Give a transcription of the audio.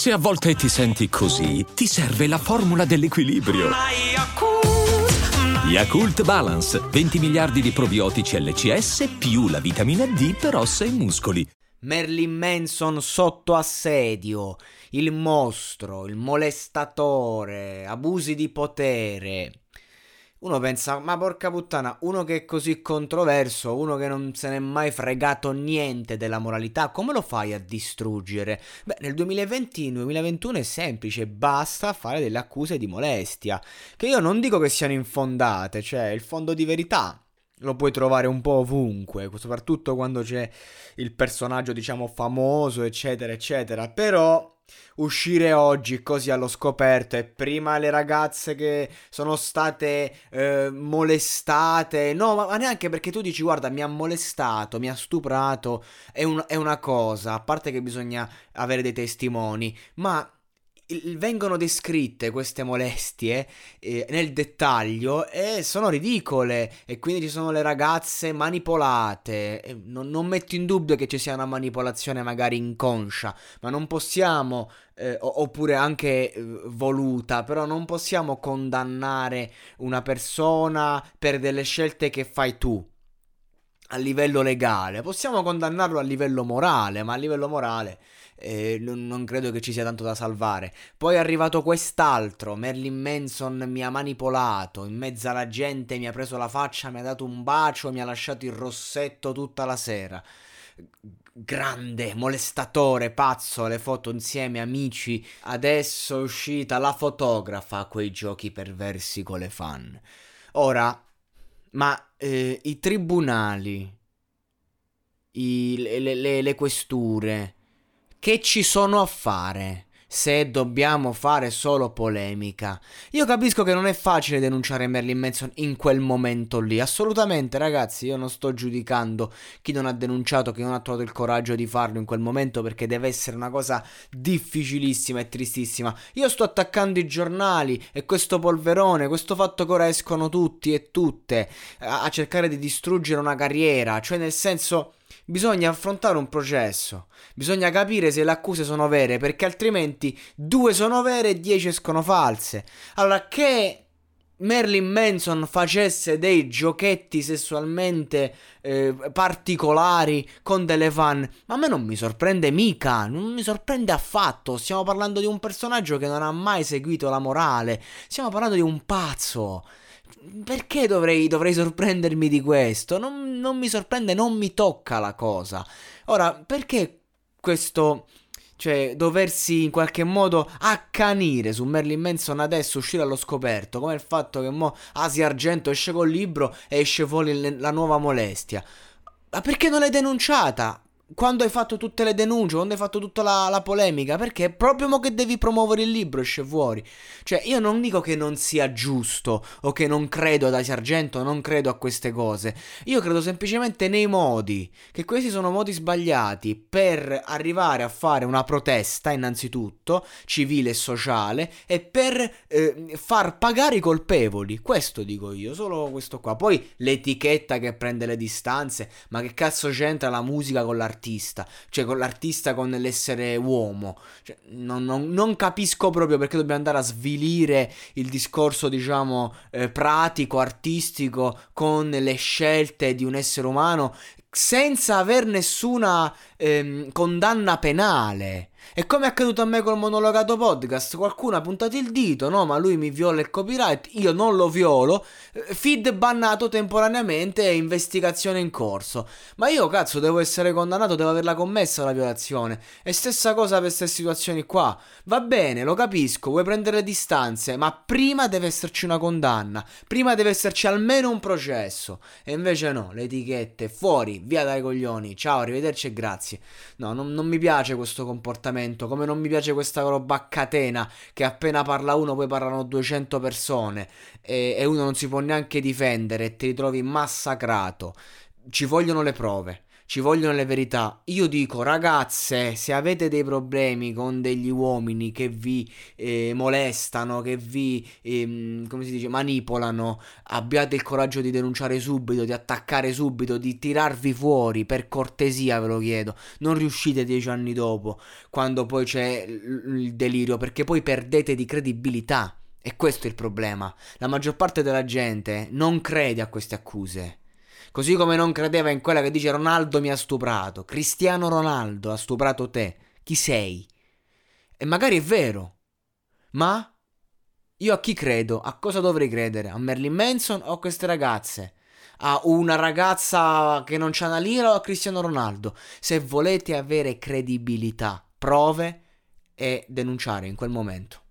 Se a volte ti senti così, ti serve la formula dell'equilibrio. Yakult Balance, 20 miliardi di probiotici LCS più la vitamina D per ossa e muscoli. Marilyn Manson sotto assedio, il mostro, il molestatore, abusi di potere. Uno pensa, ma porca puttana, uno che è così controverso, uno che non se n'è mai fregato niente della moralità, come lo fai a distruggere? Beh, nel 2020-2021 è semplice, basta fare delle accuse di molestia, che io non dico che siano infondate, cioè il fondo di verità lo puoi trovare un po' ovunque, soprattutto quando c'è il personaggio, diciamo, famoso, eccetera, eccetera, però uscire oggi così allo scoperto e prima le ragazze che sono state molestate, no, ma neanche perché tu dici guarda mi ha molestato, mi ha stuprato, è una cosa, a parte che bisogna avere dei testimoni, ma vengono descritte queste molestie nel dettaglio e sono ridicole, e quindi ci sono le ragazze manipolate. Non metto in dubbio che ci sia una manipolazione magari inconscia, ma non possiamo oppure anche voluta, però non possiamo condannare una persona per delle scelte che fai tu a livello legale. Possiamo condannarlo a livello morale, ma a livello morale non credo che ci sia tanto da salvare. Poi è arrivato quest'altro, Marilyn Manson mi ha manipolato, in mezzo alla gente mi ha preso la faccia, mi ha dato un bacio, mi ha lasciato il rossetto tutta la sera. Grande, molestatore, pazzo, le foto insieme, amici. Adesso è uscita la fotografa a quei giochi perversi con le fan. Ora, ma i tribunali, le questure, che ci sono a fare se dobbiamo fare solo polemica? Io capisco che non è facile denunciare Marilyn Manson in quel momento lì, assolutamente ragazzi, io non sto giudicando chi non ha denunciato, chi non ha trovato il coraggio di farlo in quel momento, perché deve essere una cosa difficilissima e tristissima. Io sto attaccando i giornali e questo polverone, questo fatto che ora escono tutti e tutte a cercare di distruggere una carriera, cioè nel senso, bisogna affrontare un processo, bisogna capire se le accuse sono vere, perché altrimenti 2 sono vere e 10 escono false. Allora, che Marilyn Manson facesse dei giochetti sessualmente particolari con delle fan, ma a me non mi sorprende mica, non mi sorprende affatto. Stiamo parlando di un personaggio che non ha mai seguito la morale, stiamo parlando di un pazzo. Perché dovrei sorprendermi di questo? Non mi sorprende, non mi tocca la cosa. Ora, perché questo, cioè, doversi in qualche modo accanire su Marilyn Manson adesso, uscire allo scoperto, come il fatto che mo Asia Argento esce col libro e esce fuori la nuova molestia. Ma perché non l'hai denunciata? Quando hai fatto tutte le denunce, quando hai fatto tutta la polemica, perché proprio mo che devi promuovere il libro esce fuori. Cioè, io non dico che non sia giusto o che non credo ad Asia Argento, non credo a queste cose. Io credo semplicemente nei modi, che questi sono modi sbagliati per arrivare a fare una protesta, innanzitutto, civile e sociale, e per far pagare i colpevoli. Questo dico io, solo questo qua. Poi l'etichetta che prende le distanze, ma che cazzo c'entra la musica con l'artista? Cioè con l'artista, con l'essere uomo, cioè, non capisco proprio perché dobbiamo andare a svilire il discorso, diciamo, pratico, artistico con le scelte di un essere umano senza aver nessuna condanna penale. E come è accaduto a me col monologato podcast, qualcuno ha puntato il dito, no, ma lui mi viola il copyright, io non lo violo, feed bannato temporaneamente e investigazione in corso. Ma io cazzo devo essere condannato, devo averla commessa la violazione. E stessa cosa per queste situazioni qua. Va bene, lo capisco, vuoi prendere le distanze, ma prima deve esserci una condanna, prima deve esserci almeno un processo. E invece no, le etichette, fuori, via dai coglioni, ciao, arrivederci e grazie. No, non mi piace questo comportamento, come non mi piace questa roba a catena, che appena parla uno poi parlano 200 persone e uno non si può neanche difendere e ti ritrovi massacrato. Ci vogliono le prove. Ci vogliono le verità. Io dico, ragazze, se avete dei problemi con degli uomini che vi molestano, che vi, come si dice, manipolano, abbiate il coraggio di denunciare subito, di attaccare subito, di tirarvi fuori, per cortesia ve lo chiedo. Non riuscite 10 anni dopo, quando poi c'è il delirio, perché poi perdete di credibilità. E questo è il problema. La maggior parte della gente non crede a queste accuse. Così come non credeva in quella che dice Ronaldo mi ha stuprato, Cristiano Ronaldo ha stuprato te. Chi sei? E magari è vero, ma io a chi credo? A cosa dovrei credere? A Marilyn Manson o a queste ragazze? A una ragazza che non c'ha una lira o a Cristiano Ronaldo? Se volete avere credibilità, prove e denunciare in quel momento.